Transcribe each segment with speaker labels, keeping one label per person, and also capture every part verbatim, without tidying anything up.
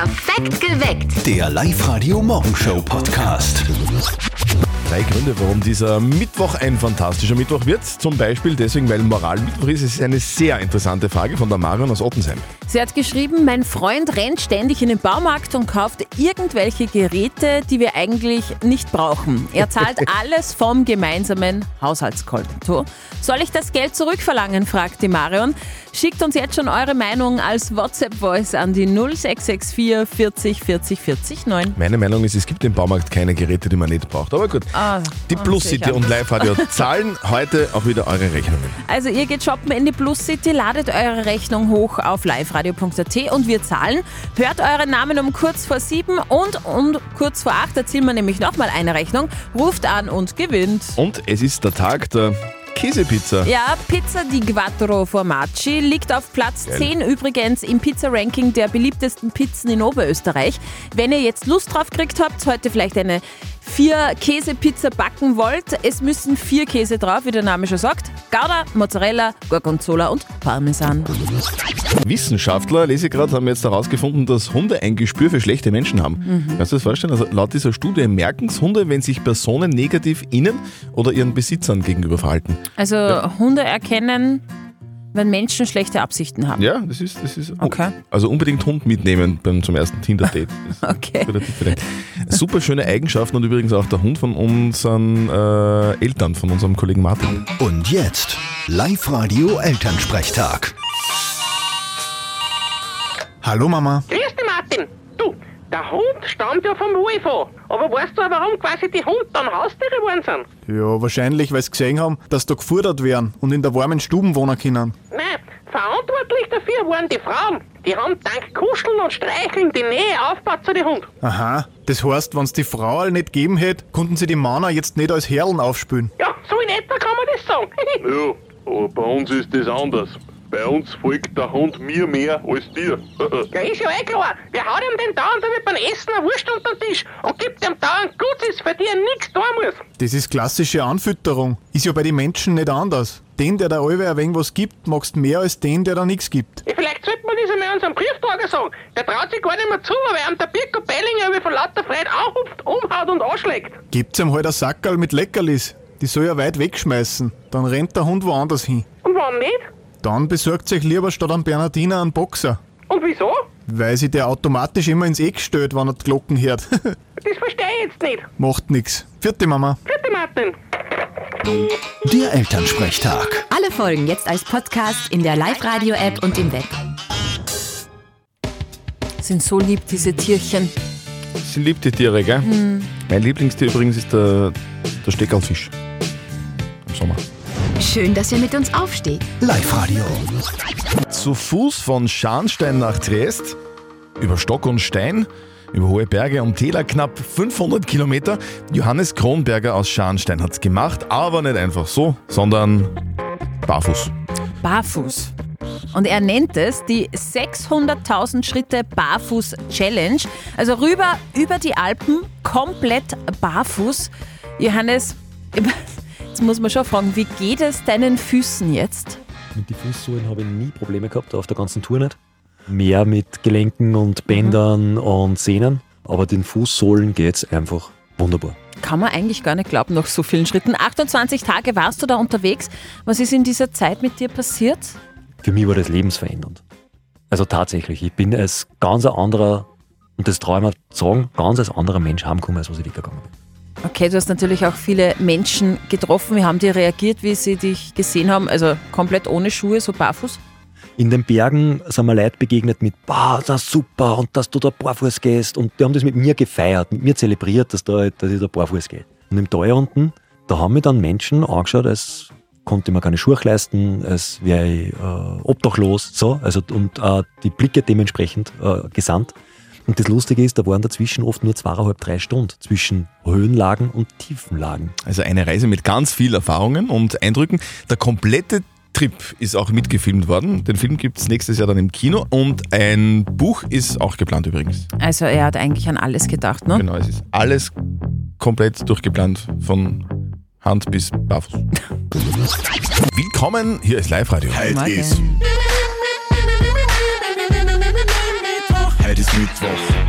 Speaker 1: Perfekt geweckt.
Speaker 2: Der Live-Radio-Morgenshow-Podcast.
Speaker 3: Drei Gründe, warum dieser Mittwoch ein fantastischer Mittwoch wird. Zum Beispiel deswegen, weil Moralmittwoch ist. Es ist eine sehr interessante Frage von der Marion aus Ottensheim.
Speaker 4: Sie hat geschrieben, mein Freund rennt ständig in den Baumarkt und kauft irgendwelche Geräte, die wir eigentlich nicht brauchen. Er zahlt alles vom gemeinsamen Haushaltskonto. Soll ich das Geld zurückverlangen, fragt die Marion. Schickt uns jetzt schon eure Meinung als WhatsApp-Voice an die null sechs sechs vier vierzig vierzig vierzig neun.
Speaker 3: Meine Meinung ist, es gibt im Baumarkt keine Geräte, die man nicht braucht. Aber gut,
Speaker 4: Ah,
Speaker 3: die Plus City und Live-Radio zahlen heute auch wieder eure Rechnungen.
Speaker 4: Also ihr geht shoppen in die Plus City, ladet eure Rechnung hoch auf liveradio punkt at und wir zahlen. Hört euren Namen um kurz vor sieben und um kurz vor acht, da ziehen wir nämlich nochmal eine Rechnung, ruft an und gewinnt.
Speaker 3: Und es ist der Tag der Käsepizza.
Speaker 4: Ja, Pizza di Quattro Formaggi liegt auf Platz
Speaker 3: Geil.
Speaker 4: zehn übrigens im Pizza-Ranking der beliebtesten Pizzen in Oberösterreich. Wenn ihr jetzt Lust drauf gekriegt habt, heute vielleicht eine vier Käsepizza backen wollt, es müssen vier Käse drauf, wie der Name schon sagt. Gouda, Mozzarella, Gorgonzola und Parmesan.
Speaker 3: Wissenschaftler, lese ich gerade, haben jetzt herausgefunden, dass Hunde ein Gespür für schlechte Menschen haben.
Speaker 4: Mhm.
Speaker 3: Kannst du das vorstellen? Also laut dieser Studie merken es Hunde, wenn sich Personen negativ ihnen oder ihren Besitzern gegenüber verhalten.
Speaker 4: Also Hunde erkennen, wenn Menschen schlechte Absichten haben.
Speaker 3: Ja, das ist, das ist
Speaker 4: Okay.
Speaker 3: Also unbedingt Hund mitnehmen beim, zum ersten Tinder-Date. Das ist
Speaker 4: Okay.
Speaker 3: guter Tipp vielleicht. Super schöne Eigenschaften und übrigens auch der Hund von unseren äh, Eltern, von unserem Kollegen Martin.
Speaker 2: Und jetzt Live-Radio-Elternsprechtag.
Speaker 5: Hallo Mama.
Speaker 6: Grüß dich, Martin. Du, der Hund stammt ja vom Wolf an. Aber weißt du auch, warum quasi die Hunde dann Haustiere geworden sind?
Speaker 5: Ja, wahrscheinlich, weil sie gesehen haben, dass da gefordert werden und in der warmen Stuben wohnen können.
Speaker 6: Nein, verantwortlich dafür waren die Frauen. Die haben dank Kuscheln und Streicheln die Nähe aufgebaut zu den Hunden.
Speaker 5: Aha, das heißt, wenn es die Frau all nicht gegeben hätte, konnten sie die Männer jetzt nicht als Herren aufspülen.
Speaker 6: Ja, so in etwa kann man das sagen.
Speaker 7: Ja, aber bei uns ist das anders. Bei uns folgt der Hund mir mehr als dir.
Speaker 6: Ja, ist ja eh klar. Wir hauen ihm den dauernd damit beim Essen eine Wurst unter den Tisch und gibt ihm dauernd Gutes, für die er nichts tun muss.
Speaker 5: Das ist klassische Anfütterung. Ist ja bei den Menschen nicht anders. Den, der der allweil ein wenig was gibt, magst mehr als den, der da nichts gibt.
Speaker 6: Ja, vielleicht sollte man das einmal unserem Brieftrager sagen. Der traut sich gar nicht mehr zu, weil ihm der Birko Bellinger wie von lauter Freude anhupft, umhaut und anschlägt.
Speaker 5: Gibt's ihm halt ein Sackerl mit Leckerlis. Die soll er weit wegschmeißen. Dann rennt der Hund woanders hin.
Speaker 6: Und wann nicht?
Speaker 5: Dann besorgt euch lieber statt einem Bernardiner einen Boxer.
Speaker 6: Und wieso?
Speaker 5: Weil sich der automatisch immer ins Eck stellt, wenn er die Glocken hört.
Speaker 6: Das verstehe ich jetzt nicht.
Speaker 5: Macht nix. Vierte Mama.
Speaker 6: Vierte Martin.
Speaker 2: Der Elternsprechtag.
Speaker 1: Alle Folgen jetzt als Podcast in der Live-Radio-App und im Web.
Speaker 4: Sind so lieb, diese Tierchen.
Speaker 3: Sie liebt die Tiere, gell? Mein Lieblingstier übrigens ist der, der Steckerlfisch. Im Sommer.
Speaker 1: Schön, dass ihr mit uns aufsteht.
Speaker 2: Live-Radio.
Speaker 3: Zu Fuß von Scharnstein nach Triest, über Stock und Stein, über hohe Berge und Täler, knapp fünfhundert Kilometer. Johannes Kronberger aus Scharnstein hat's gemacht, aber nicht einfach so, sondern barfuß.
Speaker 4: Barfuß. Und er nennt es die sechshunderttausend Schritte Barfuß-Challenge. Also rüber über die Alpen, komplett barfuß. Johannes, jetzt muss man schon fragen, wie geht es deinen Füßen jetzt?
Speaker 8: Mit den Fußsohlen habe ich nie Probleme gehabt, auf der ganzen Tour nicht. Mehr mit Gelenken und Bändern mhm. und Sehnen, aber den Fußsohlen geht es einfach wunderbar.
Speaker 4: Kann man eigentlich gar nicht glauben, nach so vielen Schritten. achtundzwanzig Tage warst du da unterwegs. Was ist in dieser Zeit mit dir passiert?
Speaker 8: Für mich war das lebensverändernd. Also tatsächlich, ich bin als ganz ein anderer, und das traue ich mir zu sagen, ganz als anderer Mensch heimgekommen, als was ich weggegangen bin.
Speaker 4: Okay, du hast natürlich auch viele Menschen getroffen. Wie haben die reagiert, wie sie dich gesehen haben? Also komplett ohne Schuhe, so barfuß?
Speaker 8: In den Bergen sind mir Leute begegnet mit, boah, das ist super und dass du da barfuß gehst. Und die haben das mit mir gefeiert, mit mir zelebriert, dass, da, dass ich da barfuß gehe. Und im Tal unten, da haben mich dann Menschen angeschaut, als konnte ich mir keine Schuhe leisten, als wäre ich äh, obdachlos. So, also, und äh, die Blicke dementsprechend äh, gesandt. Und das Lustige ist, da waren dazwischen oft nur zweieinhalb, drei Stunden zwischen Höhenlagen und Tiefenlagen.
Speaker 3: Also eine Reise mit ganz viel Erfahrungen und Eindrücken. Der komplette Trip ist auch mitgefilmt worden. Den Film gibt es nächstes Jahr dann im Kino und ein Buch ist auch geplant übrigens.
Speaker 4: Also er hat eigentlich an alles gedacht, ne?
Speaker 3: Genau, es ist alles komplett durchgeplant, von Hand bis barfuß. Willkommen, hier ist Live-Radio.
Speaker 2: Heute
Speaker 4: Morgen.
Speaker 2: ist... Heute ist Mittwoch.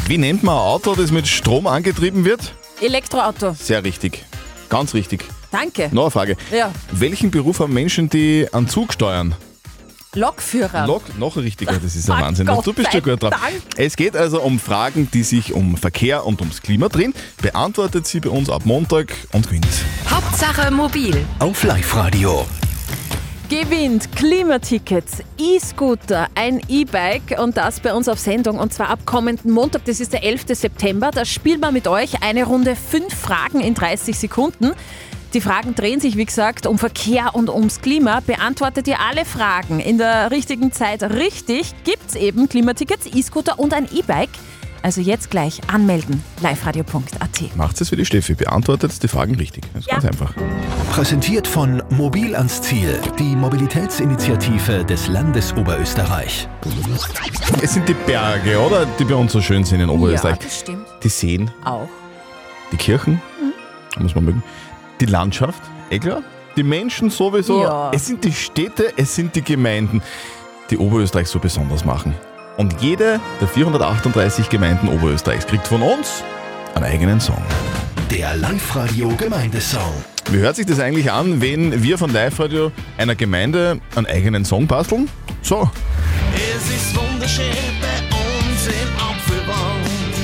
Speaker 3: Wie nennt man ein Auto, das mit Strom angetrieben wird?
Speaker 4: Elektroauto.
Speaker 3: Sehr richtig. Ganz richtig.
Speaker 4: Danke.
Speaker 3: Noch eine Frage.
Speaker 4: Ja.
Speaker 3: Welchen Beruf haben Menschen, die einen Zug steuern?
Speaker 4: Lokführer.
Speaker 3: Lok, noch richtiger, das ist ein
Speaker 4: Ach
Speaker 3: Wahnsinn.
Speaker 4: Gott
Speaker 3: Du bist schon
Speaker 4: sei
Speaker 3: gut drauf.
Speaker 4: Dank.
Speaker 3: Es geht also um Fragen, die sich um Verkehr und ums Klima drehen. Beantwortet sie bei uns ab Montag und gewinnt.
Speaker 1: Hauptsache mobil.
Speaker 2: Auf Live-Radio.
Speaker 4: Gewinnt Klimatickets, E-Scooter, ein E-Bike und das bei uns auf Sendung und zwar ab kommenden Montag, das ist der elften September. Da spielen wir mit euch eine Runde fünf Fragen in dreißig Sekunden. Die Fragen drehen sich, wie gesagt, um Verkehr und ums Klima. Beantwortet ihr alle Fragen in der richtigen Zeit richtig, gibt's eben Klimatickets, E-Scooter und ein E-Bike. Also jetzt gleich anmelden, liveradio punkt a t.
Speaker 3: Macht es für die Steffi, beantwortet die Fragen richtig. Das ist
Speaker 4: Ja.
Speaker 3: ganz einfach.
Speaker 2: Präsentiert von Mobil ans Ziel, die Mobilitätsinitiative des Landes Oberösterreich.
Speaker 3: Es sind die Berge, oder? Die bei uns so schön sind in
Speaker 4: Ja,
Speaker 3: Oberösterreich.
Speaker 4: das stimmt.
Speaker 3: Die Seen,
Speaker 4: Auch.
Speaker 3: die Kirchen, muss man mögen. Die Landschaft, eh klar. Die Menschen sowieso.
Speaker 4: Ja.
Speaker 3: Es sind die Städte, es sind die Gemeinden, die Oberösterreich so besonders machen. Und jede der vierhundertachtunddreißig Gemeinden Oberösterreichs kriegt von uns einen eigenen Song.
Speaker 2: Der Live-Radio Gemeindesong.
Speaker 3: Wie hört sich das eigentlich an, wenn wir von Live-Radio einer Gemeinde einen eigenen Song basteln? So.
Speaker 9: Es ist wunderschön bei uns im Apfelbaum.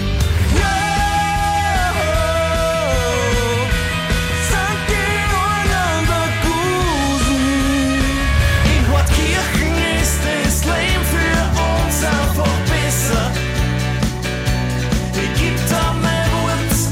Speaker 9: Sankt Georg an der Gusen. In Hortkirchen ist das Leben für uns einfach besser. Ich geb da mein Wort.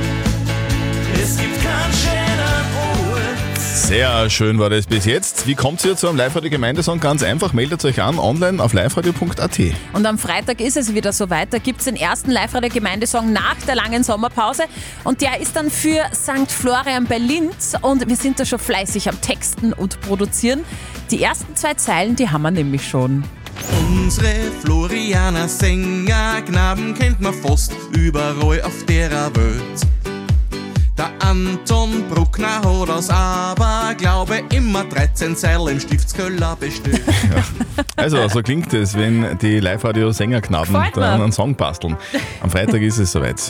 Speaker 9: Es gibt keinen schönen Ort.
Speaker 3: Sehr schön war das bis jetzt. Wie kommt ihr zu einem Live-Radio-Gemeindesong? Ganz einfach, meldet euch an online auf liveradio punkt a t.
Speaker 4: Und am Freitag ist es wieder soweit. Da gibt es den ersten Live-Radio-Gemeindesong nach der langen Sommerpause. Und der ist dann für Sankt Florian bei Linz. Und wir sind da schon fleißig am Texten und Produzieren. Die ersten zwei Zeilen, die haben wir nämlich schon.
Speaker 9: Unsere Florianer Sängerknaben kennt man fast überall auf der Welt. Der Anton Bruckner hat aus Aberglaube immer dreizehn Seil im Stiftskeller bestellt.
Speaker 3: Also, so klingt es, wenn die Live-Radio-Sängerknaben
Speaker 4: Gefällt mir.
Speaker 3: dann einen Song basteln. Am Freitag ist es soweit.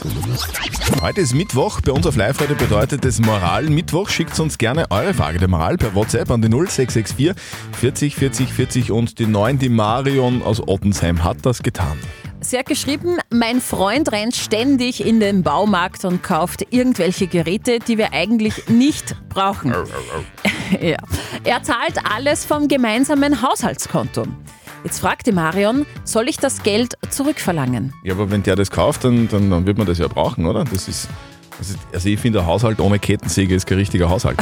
Speaker 3: Heute ist Mittwoch. Bei uns auf Live-Radio bedeutet es Moral-Mittwoch. Schickt uns gerne eure Frage der Moral per WhatsApp an die null sechs sechs vier vierzig vierzig vierzig und die neun. Die Marion aus Ottensheim hat das getan.
Speaker 4: Sie hat geschrieben, mein Freund rennt ständig in den Baumarkt und kauft irgendwelche Geräte, die wir eigentlich nicht brauchen. Ja. Er zahlt alles vom gemeinsamen Haushaltskonto. Jetzt fragt die Marion, soll ich das Geld zurückverlangen?
Speaker 3: Ja, aber wenn der das kauft, dann, dann, dann wird man das ja brauchen, oder? Das ist, das ist, also ich finde, ein Haushalt ohne Kettensäge ist kein richtiger Haushalt.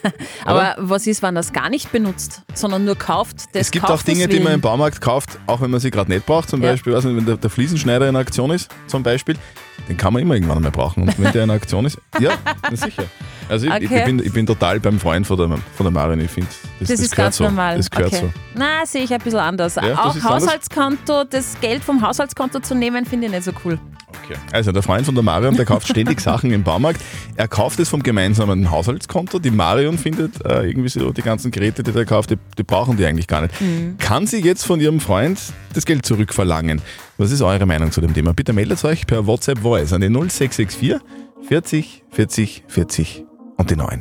Speaker 4: Aber was ist, wenn er es gar nicht benutzt, sondern nur kauft? Des
Speaker 3: Es gibt auch
Speaker 4: Kaufens
Speaker 3: Dinge, die man im
Speaker 4: willen?
Speaker 3: Baumarkt kauft, auch wenn man sie gerade nicht braucht. Zum
Speaker 4: Ja.
Speaker 3: Beispiel, weiß nicht, wenn der, der Fliesenschneider in Aktion ist, zum Beispiel, den kann man immer irgendwann einmal brauchen. Und wenn der in Aktion ist, ja, na sicher. Also ich, ich,
Speaker 4: Okay.
Speaker 3: bin, ich bin total beim Freund von der, von der Marion. Ich finde, das,
Speaker 4: Das,
Speaker 3: das
Speaker 4: ist
Speaker 3: gehört
Speaker 4: ganz
Speaker 3: so.
Speaker 4: normal.
Speaker 3: Das gehört
Speaker 4: okay.
Speaker 3: so.
Speaker 4: Na, sehe ich ein bisschen anders.
Speaker 3: Ja, das
Speaker 4: Auch
Speaker 3: ist anders?
Speaker 4: Haushaltskonto, das Geld vom Haushaltskonto zu nehmen, finde ich nicht so cool.
Speaker 3: Okay. Also der Freund von der Marion, der kauft ständig Sachen im Baumarkt. Er kauft es vom gemeinsamen Haushaltskonto. Die Marion findet äh, irgendwie so die ganzen Geräte, die er kauft, die, die brauchen die eigentlich gar nicht.
Speaker 4: Mhm.
Speaker 3: Kann sie jetzt von ihrem Freund das Geld zurückverlangen? Was ist eure Meinung zu dem Thema? Bitte meldet euch per WhatsApp Voice an die null sechs sechs vier vierzig vierzig vierzig und die neun.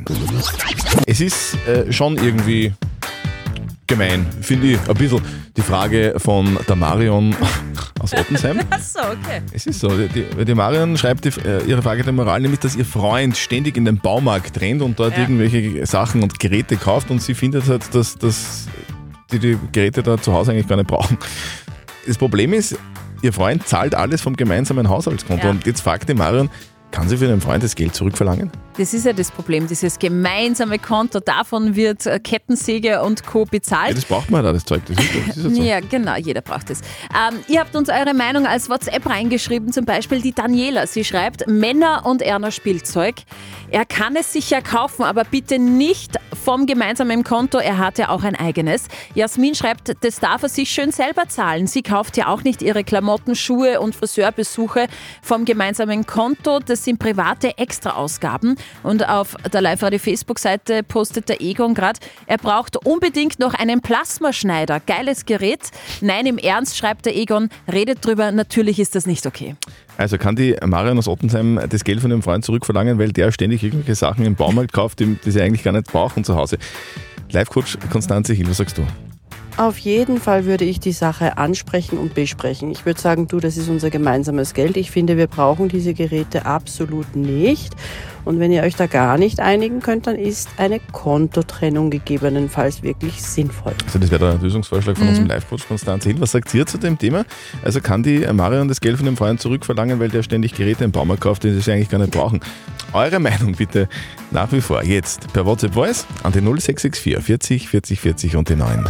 Speaker 3: Es ist äh, schon irgendwie gemein, finde ich, ein bisschen die Frage von der Marion aus Ottensheim.
Speaker 4: Ach so, okay.
Speaker 3: Es ist so, die, die, die Marion schreibt die, äh, ihre Frage der Moral, nämlich, dass ihr Freund ständig in den Baumarkt rennt und dort
Speaker 4: Ja.
Speaker 3: irgendwelche Sachen und Geräte kauft und sie findet halt, dass, dass die die Geräte da zu Hause eigentlich gar nicht brauchen. Das Problem ist, ihr Freund zahlt alles vom gemeinsamen Haushaltskonto
Speaker 4: Ja.
Speaker 3: und jetzt fragt die Marion, kann sie für ihren Freund das Geld zurückverlangen?
Speaker 4: Das ist ja das Problem, dieses gemeinsame Konto, davon wird äh, Kettensäge und Co.
Speaker 3: Ja,
Speaker 4: bezahlt.
Speaker 3: das braucht man halt, das Zeug, das ist, das ist halt so.
Speaker 4: Ja, genau, jeder braucht es. Ähm, ihr habt uns eure Meinung als WhatsApp reingeschrieben, zum Beispiel die Daniela. Sie schreibt, Männer und Erna Spielzeug. Er kann es sich ja kaufen, aber bitte nicht vom gemeinsamen Konto. Er hat ja auch ein eigenes. Jasmin schreibt, das darf er sich schön selber zahlen. Sie kauft ja auch nicht ihre Klamotten, Schuhe und Friseurbesuche vom gemeinsamen Konto. Das das sind private Extraausgaben. Und auf der Live-Radio-Facebook-Seite postet der Egon gerade, er braucht unbedingt noch einen Plasmaschneider. Geiles Gerät. Nein, im Ernst, schreibt der Egon, redet drüber, natürlich ist das nicht okay.
Speaker 3: Also kann die Marion aus Ottensheim das Geld von dem Freund zurückverlangen, weil der ständig irgendwelche Sachen im Baumarkt kauft, die sie eigentlich gar nicht brauchen zu Hause. Live-Coach Konstanze Hill, was sagst du?
Speaker 10: Auf jeden Fall würde ich die Sache ansprechen und besprechen. Ich würde sagen, du, das ist unser gemeinsames Geld. Ich finde, wir brauchen diese Geräte absolut nicht. Und wenn ihr euch da gar nicht einigen könnt, dann ist eine Kontotrennung gegebenenfalls wirklich sinnvoll.
Speaker 3: Also das wäre der Lösungsvorschlag von
Speaker 4: Mhm.
Speaker 3: unserem Live-Coach Konstanze Hill. Was sagt ihr zu dem Thema? Also kann die Marion das Geld von dem Freund zurückverlangen, weil der ständig Geräte im Baumarkt kauft, die sie eigentlich gar nicht brauchen? Eure Meinung bitte nach wie vor jetzt per WhatsApp Voice an die null sechs sechs vier vierzig vierzig vierzig und die neun.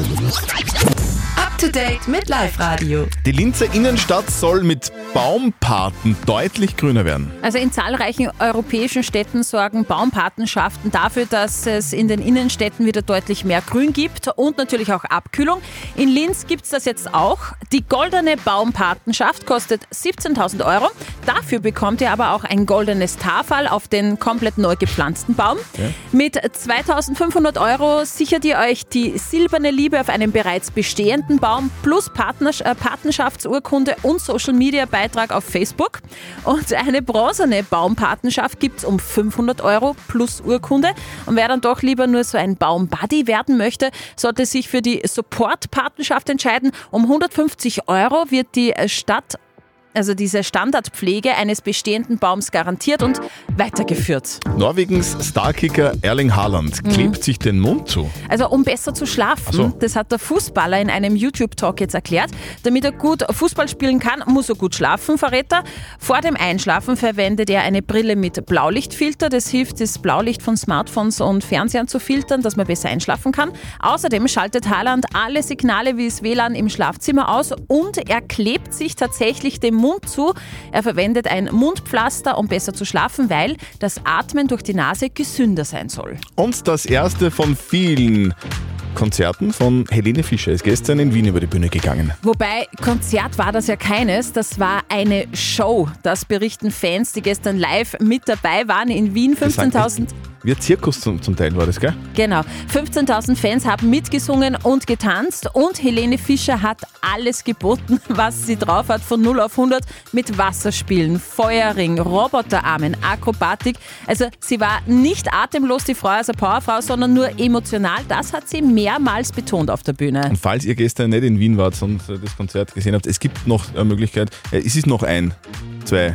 Speaker 1: Up to date mit Live-Radio.
Speaker 3: Die Linzer Innenstadt soll mit Baumpaten deutlich grüner werden.
Speaker 4: Also in zahlreichen europäischen Städten sorgen Baumpatenschaften dafür, dass es in den Innenstädten wieder deutlich mehr Grün gibt und natürlich auch Abkühlung. In Linz gibt es das jetzt auch. Die goldene Baumpatenschaft kostet siebzehntausend Euro. Dafür bekommt ihr aber auch ein goldenes Tafel auf den komplett neu gepflanzten Baum.
Speaker 3: Ja.
Speaker 4: Mit zweitausendfünfhundert Euro sichert ihr euch die silberne Liebe auf einem bereits bestehenden Baum plus Partners- äh, Patenschaftsurkunde und Social-Media-Beitrag auf Facebook. Und eine bronzene Baumpatenschaft gibt es um fünfhundert Euro plus Urkunde. Und wer dann doch lieber nur so ein Baumbuddy werden möchte, sollte sich für die Support-Patenschaft entscheiden. Um hundertfünfzig Euro wird die Stadt also diese Standardpflege eines bestehenden Baums garantiert und weitergeführt.
Speaker 3: Norwegens Starkicker Erling Haaland
Speaker 4: Mhm.
Speaker 3: klebt sich den Mund zu.
Speaker 4: Also um besser zu schlafen,
Speaker 3: Ach so.
Speaker 4: das hat der Fußballer in einem YouTube-Talk jetzt erklärt. Damit er gut Fußball spielen kann, muss er gut schlafen, verrät er. Vor dem Einschlafen verwendet er eine Brille mit Blaulichtfilter. Das hilft, das Blaulicht von Smartphones und Fernsehern zu filtern, dass man besser einschlafen kann. Außerdem schaltet Haaland alle Signale wie das W L A N im Schlafzimmer aus und er klebt sich tatsächlich den Mund zu. Er verwendet ein Mundpflaster, um besser zu schlafen, weil das Atmen durch die Nase gesünder sein soll.
Speaker 3: Und das erste von vielen Konzerten von Helene Fischer ist gestern in Wien über die Bühne gegangen.
Speaker 4: Wobei, Konzert war das ja keines, das war eine Show. Das berichten Fans, die gestern live mit dabei waren in Wien. fünfzehntausend
Speaker 3: Wie ein Zirkus zum, zum Teil war das, gell?
Speaker 4: Genau, fünfzehntausend Fans haben mitgesungen und getanzt und Helene Fischer hat alles geboten, was sie drauf hat, von null auf hundert mit Wasserspielen, Feuerring, Roboterarmen, Akrobatik. Also sie war nicht atemlos, die Frau als eine Powerfrau, sondern nur emotional. Das hat sie mehrmals betont auf der Bühne.
Speaker 3: Und falls ihr gestern nicht in Wien wart und das Konzert gesehen habt, es gibt noch eine Möglichkeit, äh, es ist noch ein, zwei,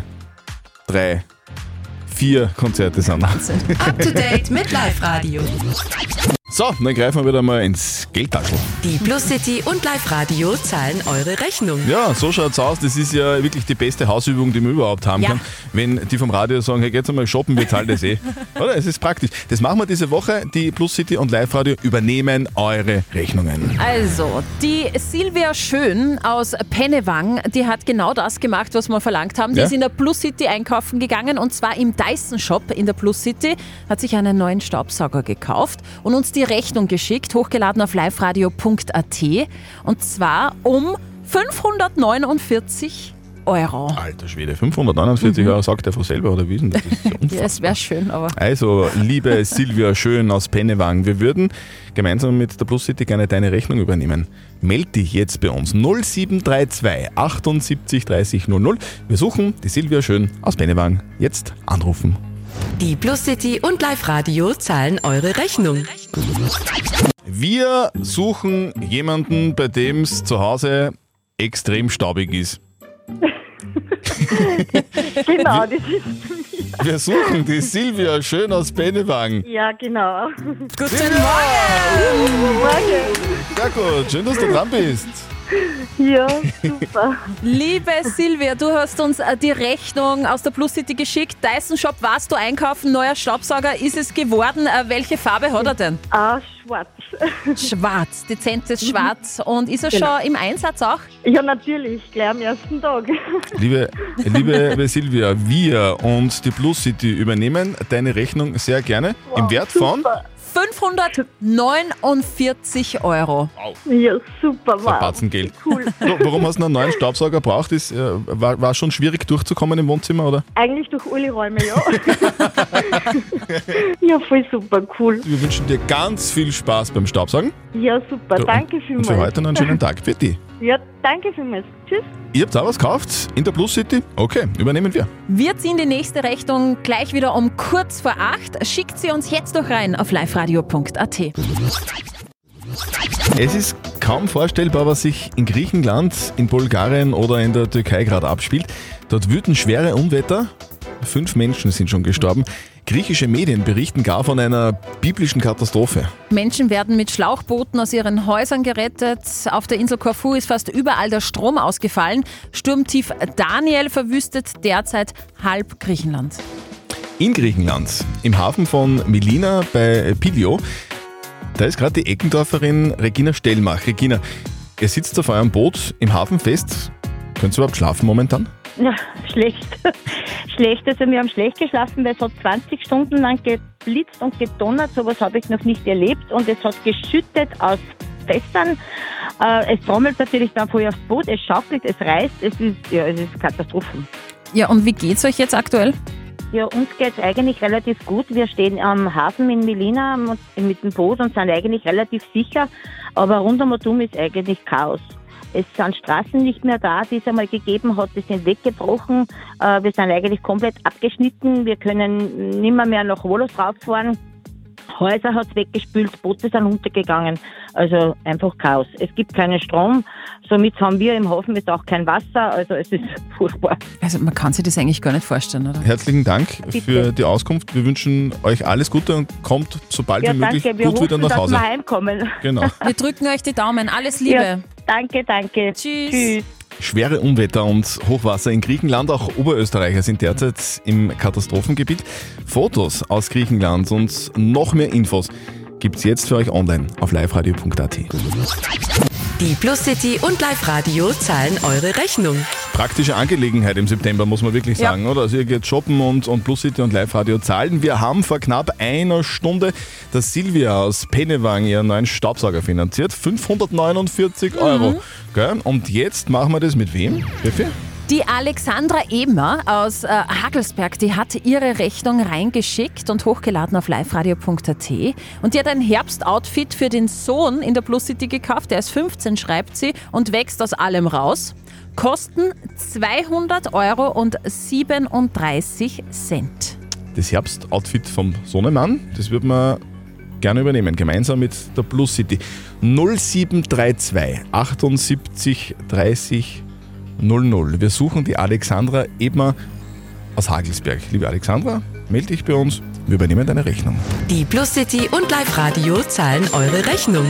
Speaker 3: drei, vier Konzerte sind.
Speaker 4: Wahnsinn.
Speaker 1: Up to date mit Live-Radio.
Speaker 3: So, dann greifen wir wieder mal ins Geldtaschel.
Speaker 1: Die Plus City und Live-Radio zahlen eure Rechnung.
Speaker 3: Ja, so schaut's aus. Das ist ja wirklich die beste Hausübung, die man überhaupt haben
Speaker 4: Ja.
Speaker 3: kann. Wenn die vom Radio sagen, hey, geht's einmal shoppen, wir zahlen das eh. Oder? Es ist praktisch. Das machen wir diese Woche. Die Plus City und Live-Radio übernehmen eure Rechnungen.
Speaker 4: Also, die Silvia Schön aus Pennewang, die hat genau das gemacht, was wir verlangt haben. Die
Speaker 3: Ja?
Speaker 4: ist in der Plus City einkaufen gegangen und zwar im Dyson Shop in der Plus City, hat sich einen neuen Staubsauger gekauft und uns die Rechnung geschickt, hochgeladen auf liveradio punkt a t und zwar um fünfhundertneunundvierzig Euro.
Speaker 3: Alter Schwede, fünfhundertneunundvierzig Euro, sagt er von selber, oder wie ist denn das? Das ist ja
Speaker 4: Ja,
Speaker 3: unfassbar.
Speaker 4: es wäre schön, aber...
Speaker 3: Also, liebe Silvia Schön aus Pennewang, wir würden gemeinsam mit der Plus City gerne deine Rechnung übernehmen. Meld dich jetzt bei uns null sieben drei zwei achtundsiebzig dreißig null null. Wir suchen die Silvia Schön aus Pennewang. Jetzt anrufen.
Speaker 1: Die Plus City und Live-Radio zahlen eure Rechnung.
Speaker 3: Wir suchen jemanden, bei dem es zu Hause extrem staubig ist.
Speaker 11: Genau, das ist
Speaker 3: Wir suchen die Silvia Schön aus Pennewang.
Speaker 11: ja genau.
Speaker 4: Guten
Speaker 11: Morgen!
Speaker 3: Sehr gut, schön, dass du dran bist.
Speaker 11: Ja, super.
Speaker 4: Liebe Silvia, du hast uns äh, die Rechnung aus der Plus City geschickt. Dyson Shop warst du einkaufen, neuer Staubsauger ist es geworden. Äh, welche Farbe hat er denn?
Speaker 11: Ah, schwarz.
Speaker 4: Schwarz, dezentes Schwarz. Und ist er
Speaker 11: Genau.
Speaker 4: schon im Einsatz auch?
Speaker 11: Ja, natürlich, gleich am ersten Tag.
Speaker 3: Liebe, liebe Silvia, wir und die Plus City übernehmen deine Rechnung sehr gerne im Wert von
Speaker 11: Super.
Speaker 4: fünfhundertneunundvierzig Euro.
Speaker 11: Ja, super,
Speaker 3: Das ist ein
Speaker 11: wow.
Speaker 3: Batzen Geld.
Speaker 11: Cool.
Speaker 3: So, warum hast du einen neuen Staubsauger gebraucht? Ist, äh, war, war schon schwierig durchzukommen im Wohnzimmer, oder?
Speaker 11: Eigentlich durch alle Räume, ja. Ja, voll super, cool.
Speaker 3: Wir wünschen dir ganz viel Spaß beim Staubsaugen.
Speaker 11: Ja, super,
Speaker 3: Du,
Speaker 11: danke
Speaker 3: Und
Speaker 11: vielmals.
Speaker 3: für heute noch einen schönen Tag. Für dich.
Speaker 11: Ja, danke vielmals. Tschüss.
Speaker 3: Ihr habt auch was gekauft in der Plus City? Okay, übernehmen wir.
Speaker 4: Wir ziehen die nächste Rechnung gleich wieder um kurz vor acht. Schickt sie uns jetzt doch rein auf liveradio punkt at.
Speaker 3: Es ist kaum vorstellbar, was sich in Griechenland, in Bulgarien oder in der Türkei gerade abspielt. Dort wüten schwere Unwetter. Fünf Menschen sind schon gestorben. Griechische Medien berichten gar von einer biblischen Katastrophe.
Speaker 4: Menschen werden mit Schlauchbooten aus ihren Häusern gerettet. Auf der Insel Korfu ist fast überall der Strom ausgefallen. Sturmtief Daniel verwüstet derzeit halb Griechenland.
Speaker 3: In Griechenland, im Hafen von Melina bei Pilio, da ist gerade die Eckendorferin Regina Stellmach. Regina, ihr sitzt auf eurem Boot im Hafen fest. Könnt ihr überhaupt schlafen momentan?
Speaker 12: Ja, schlecht. Schlecht, also wir haben schlecht geschlafen, weil es hat zwanzig Stunden lang geblitzt und gedonnert, sowas habe ich noch nicht erlebt und es hat geschüttet aus Fässern. Äh, es trommelt natürlich dann voll aufs Boot, es schaukelt, es reißt, es ist, ja, es ist Katastrophen.
Speaker 4: Ja, und wie geht's euch jetzt aktuell?
Speaker 12: Ja, uns geht es eigentlich relativ gut. Wir stehen am Hafen in Melina mit dem Boot und sind eigentlich relativ sicher, aber rund um und um ist eigentlich Chaos. Es sind Straßen nicht mehr da, die es einmal gegeben hat, die sind weggebrochen. Wir sind eigentlich komplett abgeschnitten. Wir können nimmer mehr nach Volos rauffahren. Häuser hat es weggespült, Boote sind untergegangen. Also einfach Chaos. Es gibt keinen Strom, somit haben wir im Hafen jetzt auch kein Wasser. Also es ist furchtbar.
Speaker 4: Also man kann sich das eigentlich gar nicht vorstellen, oder?
Speaker 3: Herzlichen Dank
Speaker 12: Bitte.
Speaker 3: für die Auskunft. Wir wünschen euch alles Gute und kommt so bald
Speaker 12: Ja,
Speaker 3: wie möglich
Speaker 12: danke. Wir
Speaker 3: gut wieder
Speaker 12: hoffen,
Speaker 3: nach Hause.
Speaker 12: dass wir heimkommen.
Speaker 3: Genau.
Speaker 4: Wir drücken euch die Daumen. Alles Liebe.
Speaker 12: Ja, danke, danke.
Speaker 4: Tschüss.
Speaker 12: Tschüss.
Speaker 3: Schwere Unwetter und Hochwasser in Griechenland, auch Oberösterreicher sind derzeit im Katastrophengebiet. Fotos aus Griechenland und noch mehr Infos gibt's jetzt für euch online auf liveradio punkt at.
Speaker 1: Die Plus City und Live Radio zahlen eure Rechnung.
Speaker 3: Praktische Angelegenheit im September, muss man wirklich sagen, ja. oder? Also ihr geht shoppen und, und Plus City und Live Radio zahlen. Wir haben vor knapp einer Stunde der Silvia aus Pennewang ihren neuen Staubsauger finanziert. fünfhundertneunundvierzig Euro.
Speaker 4: Mhm.
Speaker 3: Gell? Und jetzt machen wir das mit wem? Bitte?
Speaker 4: Die Alexandra Ebner aus äh, Hagelsberg, die hat ihre Rechnung reingeschickt und hochgeladen auf liveradio punkt at. Und die hat ein Herbstoutfit für den Sohn in der Plus City gekauft. Der ist fünfzehn, schreibt sie, und wächst aus allem raus. Kosten zweihundert Euro und siebenunddreißig Cent.
Speaker 3: Das Herbstoutfit vom Sohnemann, das würde man gerne übernehmen, gemeinsam mit der Plus City. null sieben drei zwei achtundsiebzig dreißig null null. Wir suchen die Alexandra Ebner aus Hagelsberg. Liebe Alexandra, melde dich bei uns. Wir übernehmen deine Rechnung.
Speaker 1: Die Plus City und Live Radio zahlen eure Rechnung.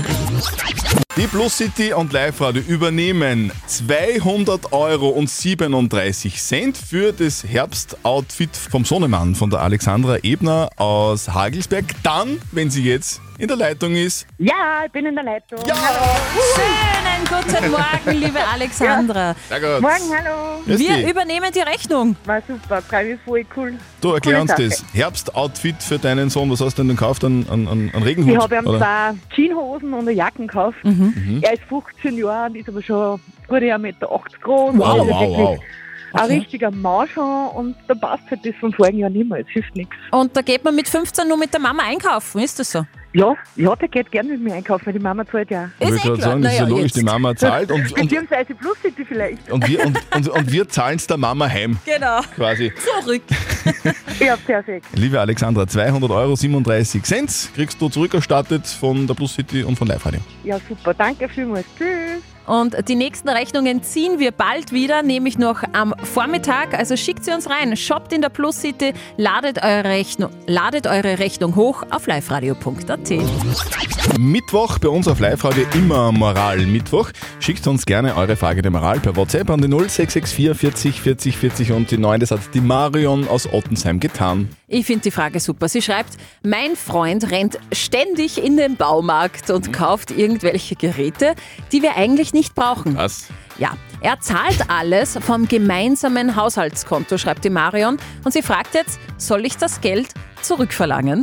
Speaker 3: Die Plus City und Live Radio übernehmen zweihundert Euro und siebenunddreißig Cent für das Herbstoutfit vom Sohnemann von der Alexandra Ebner aus Hagelsberg. Dann, wenn sie jetzt in der Leitung ist.
Speaker 12: Ja, ich bin in der Leitung.
Speaker 3: Ja!
Speaker 4: Schönen guten Morgen, liebe Alexandra.
Speaker 3: Sehr gut.
Speaker 12: Morgen, hallo.
Speaker 3: Grüß
Speaker 4: Wir
Speaker 3: dich.
Speaker 4: übernehmen die Rechnung.
Speaker 12: War super, freue mich voll, cool.
Speaker 3: Du, erklär
Speaker 12: Coole
Speaker 3: uns
Speaker 12: Sache.
Speaker 3: das. Herbstoutfit für deinen Sohn. Was hast du denn gekauft? Einen, einen, einen Regenhut?
Speaker 11: Ich habe ihm
Speaker 3: oder?
Speaker 11: zwei Jeanshosen und eine Jacken gekauft.
Speaker 3: Mhm.
Speaker 11: Er ist fünfzehn Jahre und ist aber schon gut ein Meter achtzig groß.
Speaker 3: Wow,
Speaker 11: Also
Speaker 3: wow,
Speaker 11: wirklich
Speaker 3: wow.
Speaker 11: Ein
Speaker 4: Okay.
Speaker 11: richtiger Mann schon und da passt halt das von vorigen Jahr nicht mehr. Es hilft nichts.
Speaker 4: Und da geht man mit fünfzehn nur mit der Mama einkaufen, ist das so?
Speaker 11: Ja, ja, der geht gerne mit mir einkaufen, weil die Mama zahlt ja.
Speaker 3: Ich
Speaker 4: Ist
Speaker 3: wollte
Speaker 4: eh
Speaker 3: gerade
Speaker 4: klar.
Speaker 3: sagen, das ist ja
Speaker 4: Naja,
Speaker 3: logisch,
Speaker 4: jetzt.
Speaker 3: die Mama zahlt und, und,
Speaker 11: Beziehungsweise Plus City vielleicht.
Speaker 3: und wir, und, und, und wir zahlen es der Mama heim,
Speaker 4: Genau.
Speaker 3: quasi.
Speaker 4: Zurück.
Speaker 11: Ja, perfekt.
Speaker 3: Liebe Alexandra, zweihundert Euro siebenunddreißig Cent kriegst du zurückerstattet von der Plus City und von Live Radio.
Speaker 11: Ja, super. Danke vielmals. Tschüss.
Speaker 4: Und die nächsten Rechnungen ziehen wir bald wieder, nämlich noch am Vormittag. Also schickt sie uns rein, shoppt in der Plus City, ladet eure Rechnung, ladet eure Rechnung hoch auf liveradio punkt at.
Speaker 3: Mittwoch bei uns auf Live Radio immer Moral-Mittwoch. Schickt uns gerne eure Frage der Moral per WhatsApp an die null sechs sechs vier vierzig vierzig vierzig und die neun. Das hat die Marion aus Ottensheim getan.
Speaker 4: Ich finde die Frage super. Sie schreibt, mein Freund rennt ständig in den Baumarkt und kauft irgendwelche Geräte, die wir eigentlich nicht brauchen.
Speaker 3: Was?
Speaker 4: Ja, er zahlt alles vom gemeinsamen Haushaltskonto, schreibt die Marion. Und sie fragt jetzt, soll ich das Geld zurückverlangen?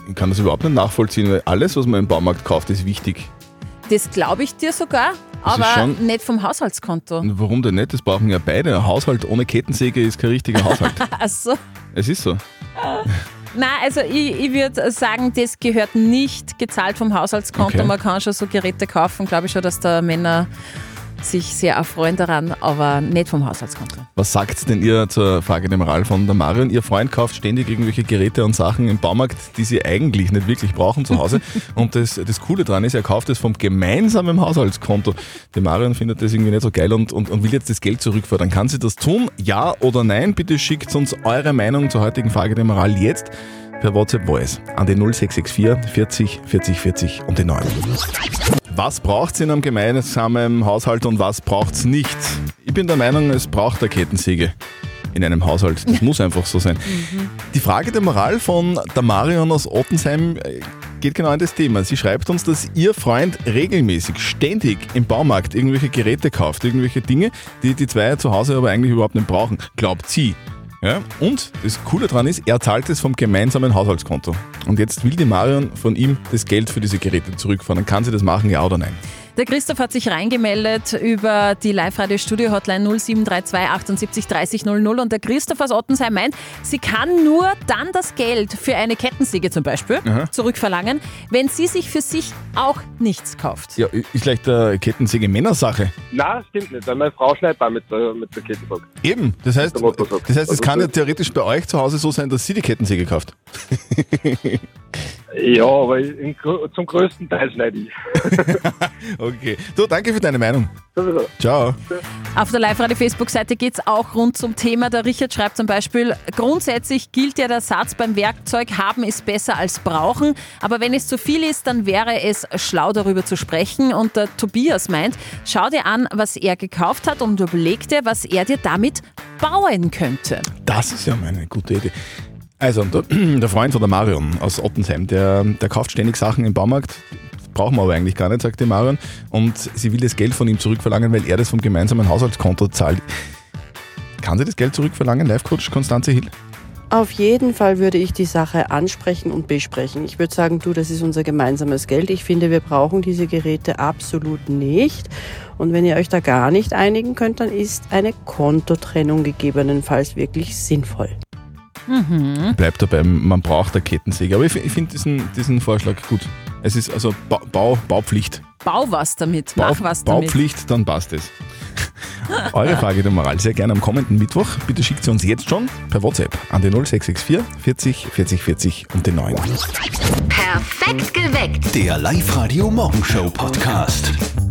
Speaker 3: Ich kann das überhaupt nicht nachvollziehen, weil alles, was man im Baumarkt kauft, ist wichtig.
Speaker 4: Das glaube ich dir sogar,
Speaker 3: Das ist
Speaker 4: aber
Speaker 3: schon-
Speaker 4: nicht vom Haushaltskonto.
Speaker 3: Und warum denn nicht? Das brauchen ja beide. Ein Haushalt ohne Kettensäge ist kein richtiger Haushalt.
Speaker 4: Ach so.
Speaker 3: Es ist so.
Speaker 4: Nein, also ich, ich würde sagen, das gehört nicht gezahlt vom Haushaltskonto.
Speaker 3: Okay.
Speaker 4: Man kann schon so Geräte kaufen, glaube ich schon, dass da Männer sich sehr erfreuen daran, aber nicht vom Haushaltskonto.
Speaker 3: Was sagt denn ihr zur Frage der Moral von der Marion? Ihr Freund kauft ständig irgendwelche Geräte und Sachen im Baumarkt, die sie eigentlich nicht wirklich brauchen zu Hause. Und das, das Coole daran ist, er kauft es vom gemeinsamen Haushaltskonto. Die Marion findet das irgendwie nicht so geil und, und, und will jetzt das Geld zurückfordern. Kann sie das tun? Ja oder nein? Bitte schickt uns eure Meinung zur heutigen Frage der Moral jetzt per WhatsApp Voice an die null sechs sechs vier vierzig vierzig vierzig und die neun. Was braucht es in einem gemeinsamen Haushalt und was braucht es nicht? Ich bin der Meinung, es braucht eine Kettensäge in einem Haushalt. Das muss einfach so sein. Die Frage der Moral von der Marion aus Ottensheim äh, geht genau in das Thema. Sie schreibt uns, dass ihr Freund regelmäßig, ständig im Baumarkt irgendwelche Geräte kauft, irgendwelche Dinge, die die zwei zu Hause aber eigentlich überhaupt nicht brauchen. Glaubt sie. Ja? Und das Coole daran ist, er zahlt es vom gemeinsamen Haushaltskonto. Und jetzt will die Marion von ihm das Geld für diese Geräte zurückfahren. Kann sie das machen, ja oder nein?
Speaker 4: Der Christoph hat sich reingemeldet über die Live-Radio-Studio-Hotline null sieben drei zwei achtundsiebzig dreißig null null und der Christoph aus Ottensheim meint, sie kann nur dann das Geld für eine Kettensäge zum Beispiel
Speaker 3: Aha.
Speaker 4: zurückverlangen, wenn sie sich für sich auch nichts kauft.
Speaker 3: Ja, ist vielleicht eine Kettensäge Männersache?
Speaker 13: Nein, stimmt nicht, weil meine Frau schneidet auch mit der, mit der Kettensäge.
Speaker 3: Eben, das heißt,
Speaker 13: Der Motorsack.
Speaker 3: das heißt, es
Speaker 13: Also
Speaker 3: kann ja
Speaker 13: das-
Speaker 3: theoretisch bei euch zu Hause so sein, dass sie die Kettensäge kauft.
Speaker 13: Ja, aber in, zum größten Teil schneide ich.
Speaker 3: Okay. Du, danke für deine Meinung.
Speaker 13: Sowieso.
Speaker 3: Ciao.
Speaker 4: Auf der Live-Radio-Facebook-Seite geht es auch rund zum Thema. Der Richard schreibt zum Beispiel, grundsätzlich gilt ja der Satz beim Werkzeug, haben ist besser als brauchen. Aber wenn es zu viel ist, dann wäre es schlau, darüber zu sprechen. Und der Tobias meint, schau dir an, was er gekauft hat und überleg dir, was er dir damit bauen könnte.
Speaker 3: Das ist ja mal eine gute Idee. Also, der, der Freund von der Marion aus Ottensheim, der, der kauft ständig Sachen im Baumarkt. Brauchen wir aber eigentlich gar nicht, sagt die Marion. Und sie will das Geld von ihm zurückverlangen, weil er das vom gemeinsamen Haushaltskonto zahlt. Kann sie das Geld zurückverlangen, Live-Coach Konstanze Hill?
Speaker 10: Auf jeden Fall würde ich die Sache ansprechen und besprechen. Ich würde sagen, du, das ist unser gemeinsames Geld. Ich finde, wir brauchen diese Geräte absolut nicht. Und wenn ihr euch da gar nicht einigen könnt, dann ist eine Kontotrennung gegebenenfalls wirklich sinnvoll.
Speaker 4: Mhm.
Speaker 3: Bleibt dabei, man braucht eine Kettensäge. Aber ich, ich finde diesen, diesen Vorschlag gut. Es ist also ba Bau, Baupflicht.
Speaker 4: Bau was damit,
Speaker 3: Bau,
Speaker 4: mach was damit.
Speaker 3: Baupflicht, dann passt es. Eure Frage der Moral sehr gerne am kommenden Mittwoch. Bitte schickt sie uns jetzt schon per WhatsApp an die null sechs sechs vier vierzig vierzig vierzig und die neun.
Speaker 1: Perfekt geweckt.
Speaker 2: Der Live-Radio Morgenshow Podcast.